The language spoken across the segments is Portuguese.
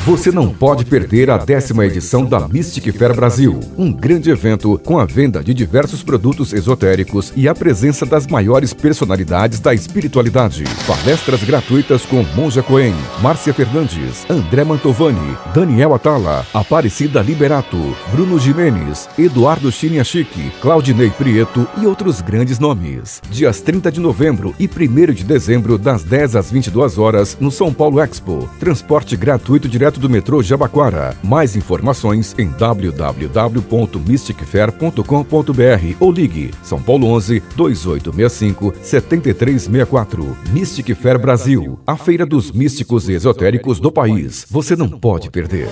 Você não pode perder a 10ª edição da Mystic Fair Brasil, um grande evento com a venda de diversos produtos esotéricos e a presença das maiores personalidades da espiritualidade. Palestras gratuitas com Monja Coen, Márcia Fernandes, André Mantovani, Daniel Atala, Aparecida Liberato, Bruno Jimenez, Eduardo Chiniachique, Claudinei Prieto e outros grandes nomes. Dias 30 de novembro e 1º de dezembro, das 10 às 22 horas, no São Paulo Expo. Transporte gratuito direto do metrô Jabaquara. Mais informações em www.mysticfair.com.br ou ligue São Paulo 11 2865 7364. Mystic Fair Brasil, a feira dos místicos e esotéricos do país. Você não pode perder.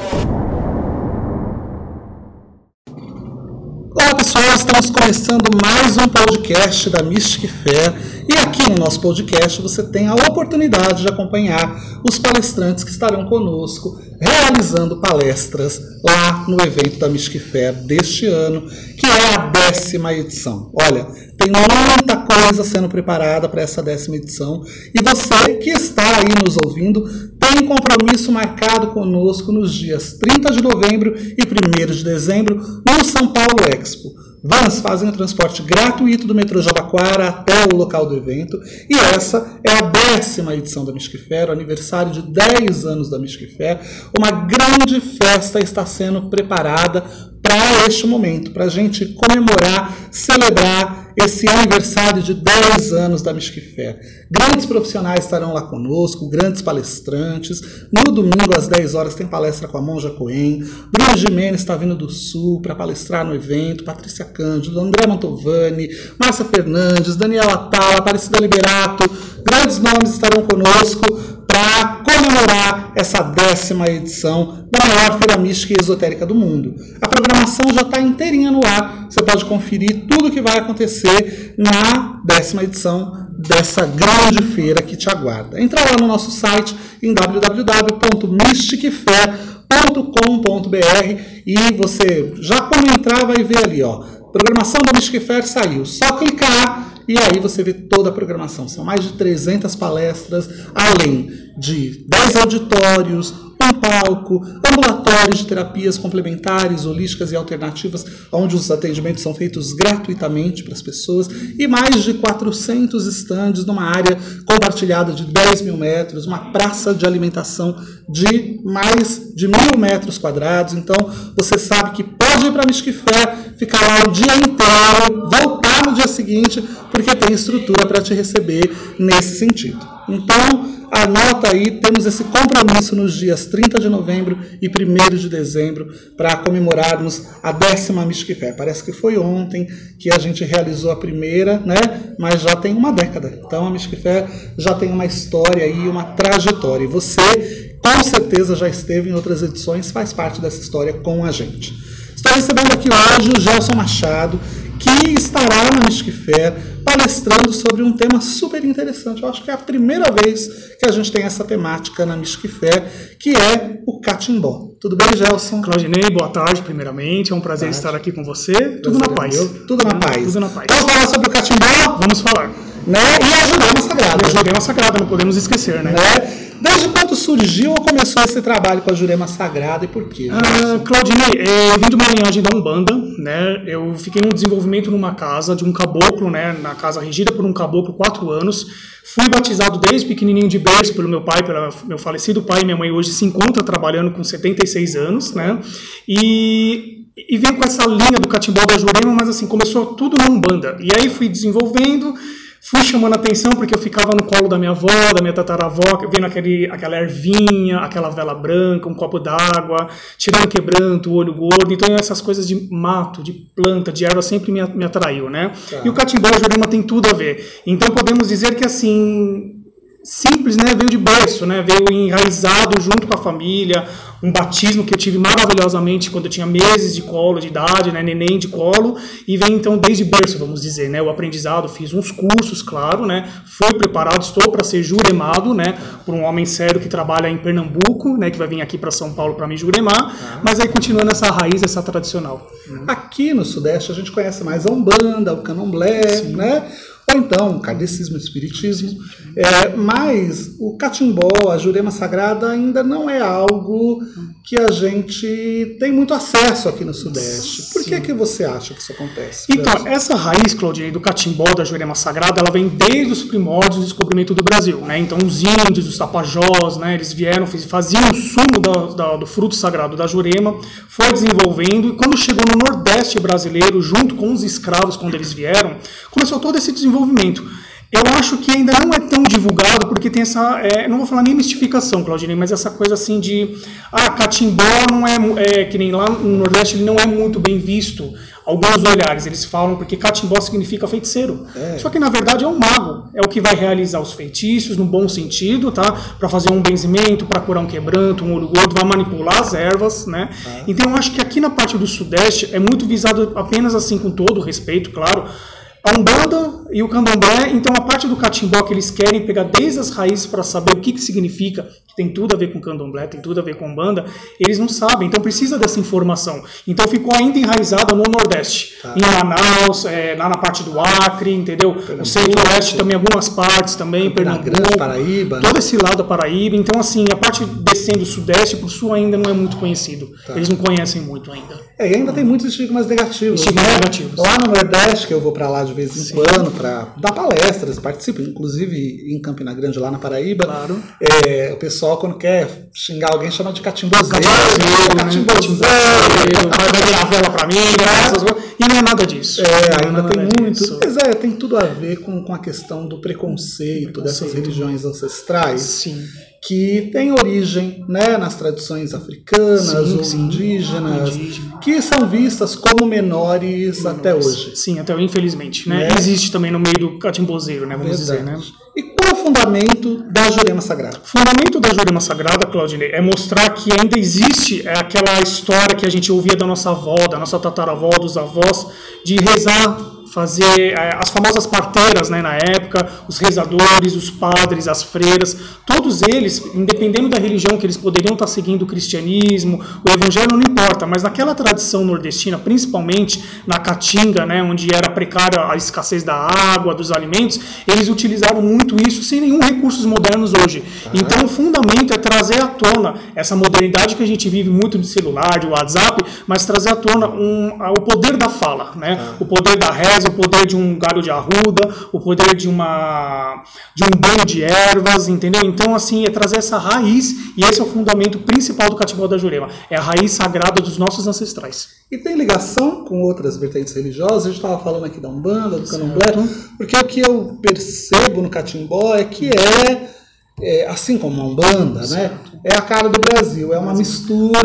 Olá pessoal, estamos começando mais um podcast da Mystic Fair. E aqui no nosso podcast você tem a oportunidade de acompanhar os palestrantes que estarão conosco realizando palestras lá no evento da Mystic Fair deste ano, que é a 10ª edição. Olha, tem muita coisa sendo preparada para essa 10ª edição e você que está aí nos ouvindo tem um compromisso marcado conosco nos dias 30 de novembro e 1º de dezembro no São Paulo Expo. Vans fazem o transporte gratuito do metrô Jabaquara até o local do evento. E essa é a 10ª edição da Mystic Fair, o aniversário de 10 anos da Mystic Fair. Uma grande festa está sendo preparada para este momento, para a gente comemorar, celebrar esse aniversário de 10 anos da Mystic Fair. Grandes profissionais estarão lá conosco, grandes palestrantes. No domingo, às 10 horas, tem palestra com a Monja Coen. Bruno Jimenez está vindo do Sul para palestrar no evento. Patrícia Cândido, André Mantovani, Márcia Fernandes, Daniel Atala, Aparecida Liberato. Grandes nomes estarão conosco para comemorar essa 10ª edição da maior feira mística e esotérica do mundo. A programação já está inteirinha no ar. Você pode conferir tudo o que vai acontecer na 10ª edição dessa grande feira que te aguarda. Entra lá no nosso site em www.mysticfair.com.br e você, já como entrar, vai ver ali, ó, programação da Mystic Fair saiu. Só clicar e aí você vê toda a programação. São mais de 300 palestras, além de 10 auditórios, um palco, ambulatórios de terapias complementares, holísticas e alternativas, onde os atendimentos são feitos gratuitamente para as pessoas, e mais de 400 estandes numa área compartilhada de 10 mil metros, uma praça de alimentação de mais de 1.000 metros quadrados. Então, você sabe que pode ir para a Mystic Fair, ficar lá o dia inteiro, voltar no dia seguinte, porque tem estrutura para te receber nesse sentido. Então, anota aí, temos esse compromisso nos dias 30 de novembro e 1º de dezembro para comemorarmos a 10ª Mystic Fair. Parece que foi ontem que a gente realizou a primeira, né? Mas já tem uma década. Então a Mystic Fair já tem uma história aí, uma trajetória. E você, com certeza, já esteve em outras edições, faz parte dessa história com a gente. Estou recebendo aqui hoje o Gelson Machado, que estará na Mystic Fair palestrando sobre um tema super interessante. Eu acho que é a primeira vez que a gente tem essa temática na Mystic Fair, que é o catimbó. Tudo bem, Gelson? Claudinei, boa tarde, primeiramente. É um prazer estar aqui com você. Tudo na paz. Tudo na paz. Tudo na paz. Vamos falar sobre o catimbó? Vamos falar. Né? E a Jurema Sagrada. A Jurema Sagrada, não podemos esquecer, né? Desde quando surgiu ou começou esse trabalho com a Jurema Sagrada e por quê? Claudinei, eu vim de uma linhagem da Umbanda, né? Eu fiquei no desenvolvimento numa casa de um caboclo, né? Na casa regida por um caboclo, 4 anos. Fui batizado desde pequenininho de berço pelo meu pai, pelo meu falecido pai. Minha mãe hoje se encontra trabalhando com 76 anos, né? E veio com essa linha do catimbó da Jurema, mas assim, começou tudo na Umbanda. E aí fui desenvolvendo, fui chamando a atenção porque eu ficava no colo da minha avó, da minha tataravó, vendo aquela ervinha, aquela vela branca, um copo d'água, tirando quebranto, o olho gordo. Então essas coisas de mato, de planta, de erva sempre me atraiu, né? Tá. E o catimbó e a Jurema tem tudo a ver. Então podemos dizer que assim, simples, né? Veio de berço, né? Veio enraizado junto com a família. Um batismo que eu tive maravilhosamente quando eu tinha meses de colo, de idade, né, neném de colo, e vem então desde berço, vamos dizer, né, o aprendizado, fiz uns cursos, claro, né, fui preparado, estou para ser juremado, né, por um homem sério que trabalha em Pernambuco, né, que vai vir aqui para São Paulo para me juremar, mas aí continuando essa raiz, essa tradicional. Aqui no Sudeste a gente conhece mais a Umbanda, o Candomblé, né? ou então kardecismo, espiritismo, mas o catimbó, a Jurema Sagrada ainda não é algo que a gente tem muito acesso aqui no Sudeste. Por que você acha que isso acontece? Então, essa raiz, Claudinei, do catimbó, da Jurema Sagrada, ela vem desde os primórdios do descobrimento do Brasil, né? Então, os índios, os tapajós, né, eles vieram, faziam o sumo do fruto sagrado da Jurema, foi desenvolvendo, e quando chegou no Nordeste brasileiro, junto com os escravos, quando eles vieram, começou todo esse desenvolvimento. Eu acho que ainda não é tão divulgado, porque tem essa, não vou falar nem mistificação, Claudinei, mas essa coisa assim de, catimbó não que nem lá no Nordeste, ele não é muito bem visto. Alguns olhares, eles falam porque catimbó significa feiticeiro. Só que na verdade é um mago, é o que vai realizar os feitiços, no bom sentido, tá? Para fazer um benzimento, para curar um quebranto, um olho gordo, vai manipular as ervas, né? Então eu acho que aqui na parte do Sudeste é muito visado apenas assim, com todo o respeito, claro, a Umbanda e o Candomblé. Então a parte do catimbó que eles querem pegar desde as raízes para saber o que significa, que tem tudo a ver com Candomblé, tem tudo a ver com Umbanda, eles não sabem, então precisa dessa informação. Então ficou ainda enraizada no Nordeste, em Manaus, lá na parte do Acre, entendeu? O Centro-Oeste também, algumas partes também, Pernambuco, Paraíba, todo esse lado da Paraíba. Então assim, a parte descendo do Sudeste pro Sul ainda não é muito conhecido. Eles não conhecem muito ainda. E ainda tem muitos estigmas negativos. Lá no Nordeste, que eu vou para lá de vez em quando para dar palestras, participo, inclusive em Campina Grande, lá na Paraíba. Claro. O pessoal, quando quer xingar alguém, chama de catimbozeiro. Vai virar a vela para mim, e não é nada disso. Ainda tem muito. Mas tem tudo a ver com a questão do preconceito dessas religiões ancestrais. Sim. Que tem origem, né, nas tradições africanas ou indígenas, que são vistas como menores até hoje. Sim, até infelizmente. Né? Existe também no meio do catimbozeiro, né, vamos dizer. Né? E qual é o fundamento da Jurema Sagrada? O fundamento da Jurema Sagrada, Claudinei, é mostrar que ainda existe aquela história que a gente ouvia da nossa avó, da nossa tataravó, dos avós, de rezar, fazer as famosas parteiras, né, na época, os rezadores, os padres, as freiras, todos eles, independendo da religião que eles poderiam estar seguindo, o cristianismo, o evangelho, não importa, mas naquela tradição nordestina, principalmente na Caatinga, né, onde era precária a escassez da água, dos alimentos, eles utilizaram muito isso sem nenhum recursos modernos hoje. Então o fundamento é trazer à tona essa modernidade que a gente vive muito de celular, de WhatsApp, mas trazer à tona o poder da fala, né, o poder da reza, o poder de um galho de arruda, o poder de um banho de ervas, entendeu? Então, assim, é trazer essa raiz, e esse é o fundamento principal do catimbó da Jurema, é a raiz sagrada dos nossos ancestrais. E tem ligação com outras vertentes religiosas, a gente estava falando aqui da Umbanda, do Candomblé, porque o que eu percebo no catimbó é que assim como a Umbanda, né, é a cara do Brasil, é uma mistura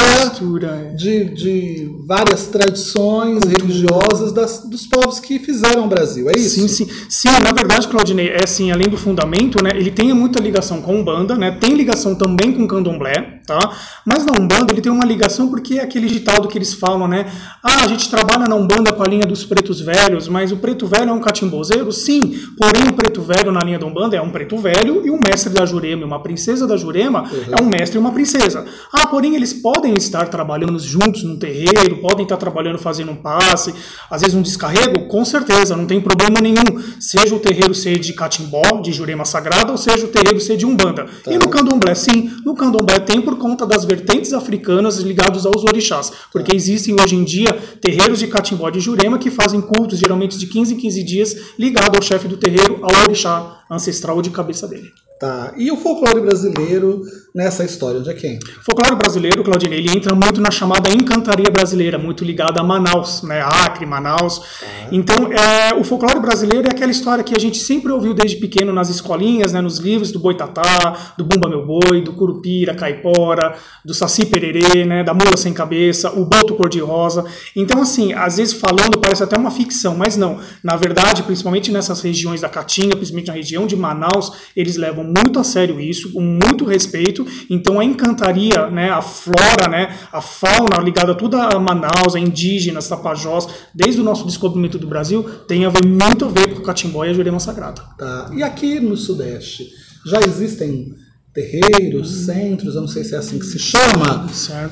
de várias tradições religiosas dos povos que fizeram o Brasil, é isso? Sim, na verdade, Claudinei, assim, além do fundamento, né, ele tem muita ligação com a Umbanda, né, tem ligação também com o Candomblé, tá? Mas na Umbanda ele tem uma ligação porque é aquele ditado que eles falam, né, a gente trabalha na Umbanda com a linha dos pretos velhos, mas o preto velho é um catimbozeiro? Sim, porém o preto velho na linha da Umbanda é um preto velho e um mestre da Jurema, uma princesa da Jurema é um mestre e uma princesa. Porém eles podem estar trabalhando juntos num terreiro, podem estar trabalhando fazendo um passe, às vezes um descarrego, com certeza, não tem problema nenhum. Seja o terreiro ser de catimbó, de Jurema Sagrada, ou seja o terreiro ser de Umbanda. E no Candomblé, sim, no Candomblé tem por conta das vertentes africanas ligadas aos orixás, porque existem hoje em dia terreiros de catimbó de Jurema que fazem cultos, geralmente de 15 em 15 dias, ligado ao chefe do terreiro, ao orixá ancestral de cabeça dele. E o folclore brasileiro nessa história, onde é que entra? O folclore brasileiro, Claudinei, ele entra muito na chamada encantaria brasileira, muito ligada a Manaus, né? Acre, Manaus. Então, o folclore brasileiro é aquela história que a gente sempre ouviu desde pequeno nas escolinhas, né? Nos livros do Boitatá, do Bumba Meu Boi, do Curupira, Caipora, do Saci Pererê, né? Da Mula Sem Cabeça, o Boto Cor-de-Rosa. Então, assim, às vezes falando parece até uma ficção, mas não. Na verdade, principalmente nessas regiões da Caatinga, principalmente na região de Manaus, eles levam muito a sério isso, com muito respeito. Então a encantaria, né, a flora, né, a fauna ligada a tudo a Manaus, a indígenas, tapajós, desde o nosso descobrimento do Brasil, tem muito a ver com o catimbó e a Jurema Sagrada. E aqui no Sudeste, já existem terreiros, centros, eu não sei se é assim que se chama,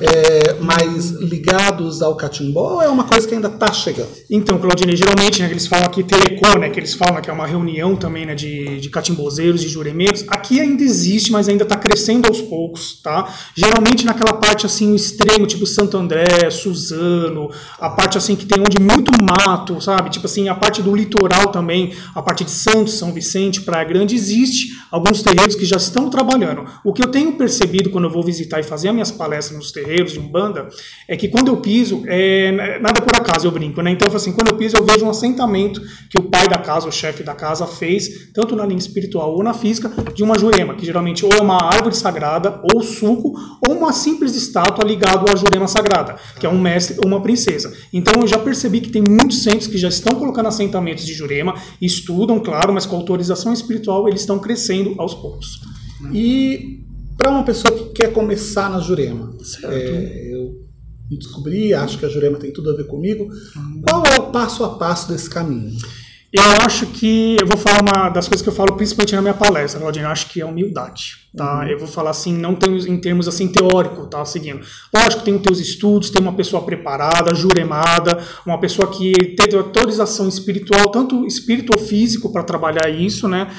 mas ligados ao catimbó, ou é uma coisa que ainda está chegando? Então, Claudinei, geralmente, né, eles falam aqui telecô, né, que eles falam que é uma reunião também, né, de catimbozeiros e juremeiros. Aqui ainda existe, mas ainda está crescendo aos poucos, tá? Geralmente naquela parte assim, o extremo, tipo Santo André, Suzano, a parte assim que tem onde muito mato, sabe? Tipo assim, a parte do litoral também, a parte de Santos, São Vicente, Praia Grande, existe alguns terreiros que já estão trabalhando. O que eu tenho percebido quando eu vou visitar e fazer as minhas palestras nos terreiros de Umbanda é que quando eu piso, nada por acaso, eu brinco, né? Então, assim, quando eu piso, eu vejo um assentamento que o pai da casa, o chefe da casa, fez, tanto na linha espiritual ou na física, de uma jurema, que geralmente ou é uma árvore sagrada, ou suco, ou uma simples estátua ligada à jurema sagrada, que é um mestre ou uma princesa. Então, eu já percebi que tem muitos centros que já estão colocando assentamentos de jurema, estudam, claro, mas com autorização espiritual, eles estão crescendo aos poucos. E para uma pessoa que quer começar na jurema, eu descobri, acho que a jurema tem tudo a ver comigo, qual é o passo a passo desse caminho? Eu acho que, eu vou falar uma das coisas que eu falo principalmente na minha palestra, Claudinho, eu acho que é humildade, tá? Eu vou falar assim, não tem, em termos assim teórico, tá? Seguindo. Lógico, tem os teus estudos, tem uma pessoa preparada, juremada, uma pessoa que teve autorização espiritual, tanto espírito ou físico para trabalhar isso, né?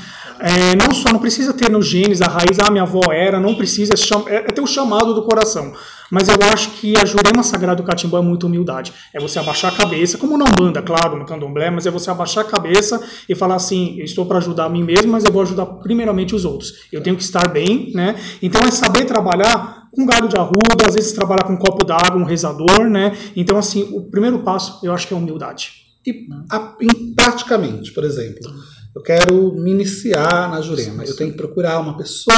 Não precisa ter nos genes a raiz, minha avó era, não precisa, é ter o chamado do coração. Mas eu acho que a jurema sagrada do catimbó é muita humildade. É você abaixar a cabeça, como na Umbanda, claro, no Candomblé, mas é você abaixar a cabeça e falar assim, eu estou para ajudar a mim mesmo, mas eu vou ajudar primeiramente os outros. Eu tenho que estar bem, né? Então é saber trabalhar com galho de arruda, às vezes trabalhar com um copo d'água, um rezador, né? Então, assim, o primeiro passo eu acho que é a humildade. E praticamente, por exemplo, eu quero me iniciar na jurema. Eu tenho que procurar uma pessoa,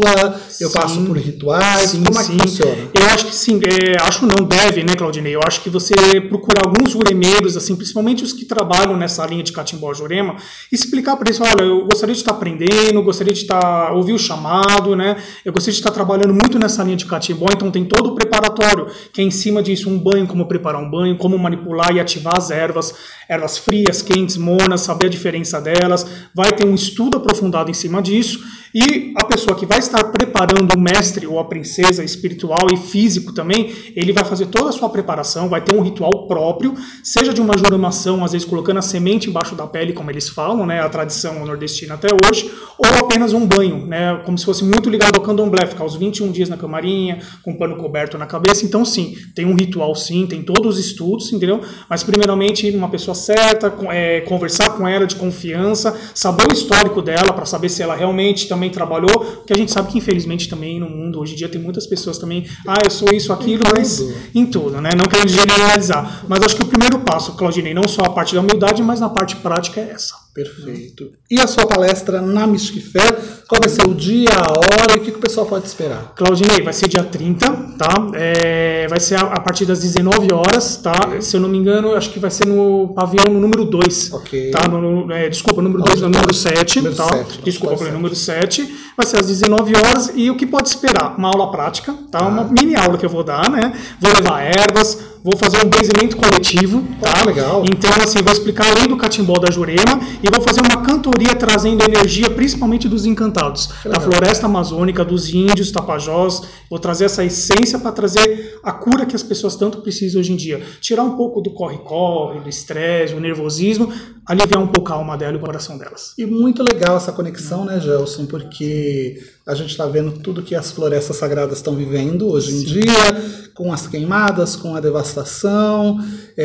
eu passo por rituais, como é que funciona? Eu acho que sim, acho não, deve, né, Claudinei? Eu acho que você procura alguns juremeiros, assim, principalmente os que trabalham nessa linha de catimbó jurema, explicar para eles, olha, eu gostaria de estar aprendendo, gostaria de ouvir o chamado, né? Eu gostaria de estar trabalhando muito nessa linha de catimbó, então tem todo o preparatório, que é em cima disso, um banho, como preparar um banho, como manipular e ativar as ervas frias, quentes, monas, saber a diferença delas, vai ter um estudo aprofundado em cima disso, e a pessoa que vai estar preparando o mestre ou a princesa espiritual e físico também, ele vai fazer toda a sua preparação, vai ter um ritual próprio, seja de uma juremação, às vezes colocando a semente embaixo da pele, como eles falam, né, a tradição nordestina até hoje, ou apenas um banho, né, como se fosse muito ligado ao candomblé, ficar os 21 dias na camarinha, com um pano coberto na cabeça. Então sim, tem um ritual sim, tem todos os estudos, entendeu? Mas primeiramente uma pessoa certa, conversar com ela de confiança, saber o histórico dela, para saber se ela realmente também trabalhou, porque a gente sabe que infelizmente também no mundo hoje em dia tem muitas pessoas também, eu sou isso, aquilo, mas em tudo, né? Não querendo generalizar, mas acho que o primeiro passo, Claudinei, não só a parte da humildade, mas na parte prática é essa. Perfeito. E a sua palestra na Mystic Fair, qual vai ser o dia, a hora e o que o pessoal pode esperar? Claudinei, vai ser dia 30, tá? Vai ser a partir das 19 horas, tá? Okay. Se eu não me engano, acho que vai ser no pavilhão no número 2. Ok. Tá? Desculpa, número 2, no número 7, tá? 7, desculpa, falei número 7. Vai ser às 19 horas e o que pode esperar? Uma aula prática, tá? Uma mini aula que eu vou dar, né? Vou levar ervas, vou fazer um benzimento coletivo, tá? Legal. Então, assim, vou explicar além do catimbó da jurema e vou fazer uma cantoria trazendo energia, principalmente dos encantados, da floresta amazônica, dos índios, tapajós. Vou trazer essa essência para trazer a cura que as pessoas tanto precisam hoje em dia. Tirar um pouco do corre-corre, do estresse, do nervosismo, aliviar um pouco a alma dela e o coração delas. E muito legal essa conexão, né, Gelson? Porque a gente está vendo tudo que as florestas sagradas estão vivendo hoje em dia, com as queimadas, com a devastação,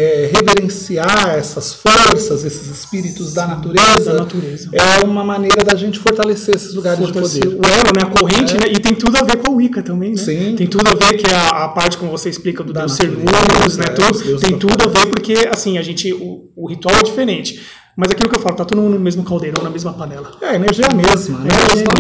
reverenciar essas forças, esses espíritos da natureza, é uma maneira da gente fortalecer esses lugares de poder. O elo, né, a corrente, né, e tem tudo a ver com a Wicca também, né? Sim. Tem tudo a ver, que é a parte como você explica do Deus ser luz, né, tudo, tem tudo a ver, porque assim, o ritual é diferente. Mas aquilo que eu falo, tá todo mundo no mesmo caldeirão, na mesma panela. A energia é a mesma, né?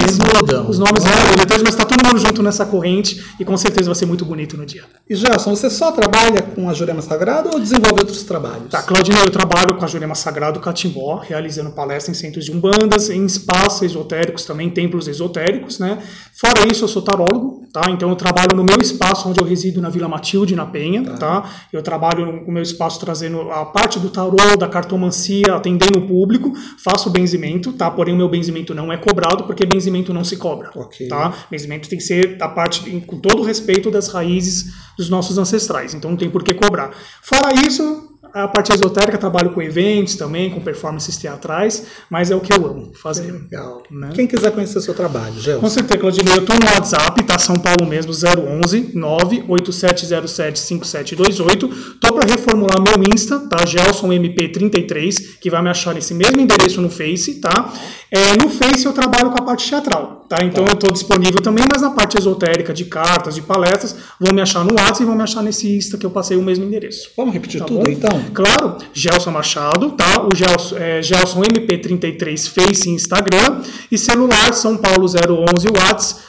Os nomes mas tá todo mundo junto nessa corrente e com certeza vai ser muito bonito no dia. E Gelson, você só trabalha com a Jurema Sagrada ou desenvolve outros trabalhos? Tá, Claudinei, eu trabalho com a Jurema Sagrada do Catimbó, realizando palestras em centros de umbandas, em espaços esotéricos também, templos esotéricos, né? Fora isso, eu sou tarólogo, tá? Então eu trabalho no meu espaço onde eu resido na Vila Matilde, na Penha, tá? Eu trabalho no meu espaço trazendo a parte do tarô, da cartomancia, atendendo o público, faço benzimento, tá? Porém o meu benzimento não é cobrado, porque benzimento não se cobra, tá? Benzimento tem que ser da parte, com todo o respeito das raízes dos nossos ancestrais, então não tem por que cobrar. Fora isso, a parte esotérica, trabalho com eventos também, com performances teatrais, mas é o que eu amo fazer. Legal. Né? Quem quiser conhecer o seu trabalho, Gelson? Com certeza, Claudinei, eu estou no WhatsApp, tá? São Paulo mesmo, 011 98707 5728. Estou para reformular meu Insta, tá? GelsonMP33, que vai me achar nesse mesmo endereço no Face, tá? No Face eu trabalho com a parte teatral, tá? Então eu estou disponível também, mas na parte esotérica, de cartas, de palestras, vão me achar no WhatsApp e vão me achar nesse Insta que eu passei o mesmo endereço. Vamos repetir tudo, bom? Então? Claro, Gelson Machado, tá? O Gelson MP33 Face e Instagram, e celular São Paulo 011 WhatsApp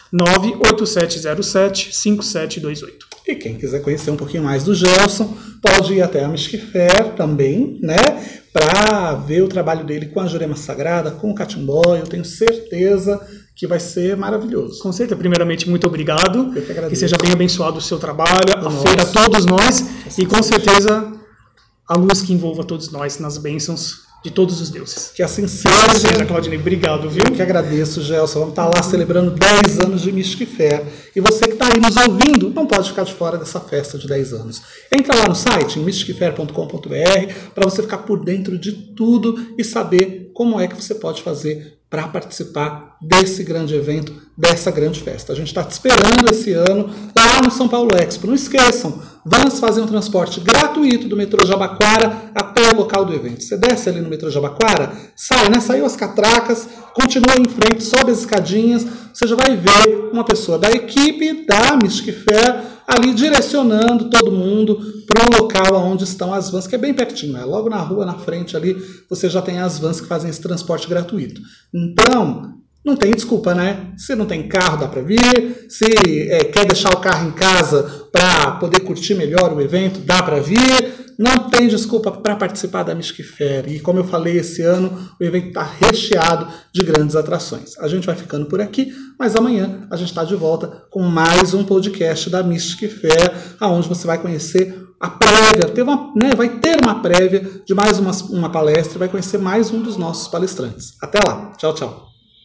98707 5728. E quem quiser conhecer um pouquinho mais do Gelson, pode ir até a Mystic Fair também, né? Para ver o trabalho dele com a Jurema Sagrada, com o Catimbó. Eu tenho certeza que vai ser maravilhoso. Com certeza. Primeiramente, muito obrigado. Eu que agradeço. Que seja bem abençoado o seu trabalho, a feira, a todos nós, e com certeza a luz que envolva todos nós nas bênçãos de todos os deuses. Que assim seja. Claudinei, obrigado, viu? Eu que agradeço, Gelson. Vamos estar lá celebrando 10 anos de Mystic Fair. E você que está aí nos ouvindo, não pode ficar de fora dessa festa de 10 anos. Entra lá no site, em mysticfair.com.br, para você ficar por dentro de tudo e saber como é que você pode fazer para participar desse grande evento, dessa grande festa. A gente está te esperando esse ano lá no São Paulo Expo. Não esqueçam, vamos fazer um transporte gratuito do metrô Jabaquara até o local do evento. Você desce ali no metrô Jabaquara, sai, né? Saiu as catracas, continua em frente, sobe as escadinhas, você já vai ver uma pessoa da equipe da Mystic Fair ali direcionando todo mundo para o local onde estão as vans, que é bem pertinho, é logo na rua, na frente ali, você já tem as vans que fazem esse transporte gratuito. Então, não tem desculpa, né? Se não tem carro, dá para vir. Se quer deixar o carro em casa para poder curtir melhor o evento, dá para vir. Não tem desculpa para participar da Mystic Fair. E como eu falei, esse ano o evento está recheado de grandes atrações. A gente vai ficando por aqui, mas amanhã a gente está de volta com mais um podcast da Mystic Fair, onde você vai conhecer a prévia, vai ter uma prévia de mais uma palestra, vai conhecer mais um dos nossos palestrantes. Até lá. Tchau, tchau.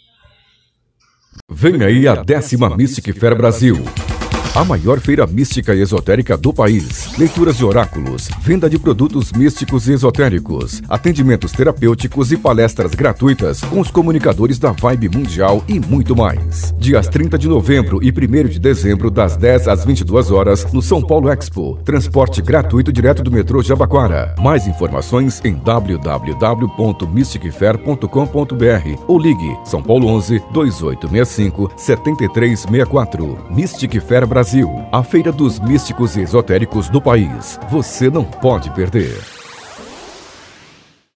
Vem aí a 10ª Mystic Fair Brasil. A maior feira mística e esotérica do país. Leituras de oráculos, venda de produtos místicos e esotéricos, atendimentos terapêuticos e palestras gratuitas com os comunicadores da Vibe Mundial e muito mais. Dias 30 de novembro e 1º de dezembro, das 10 às 22 horas, no São Paulo Expo. Transporte gratuito direto do metrô Jabaquara. Mais informações em www.mysticfair.com.br ou ligue São Paulo 11 2865 7364. Mystic Fair Brasil, a feira dos místicos e esotéricos do país. Você não pode perder.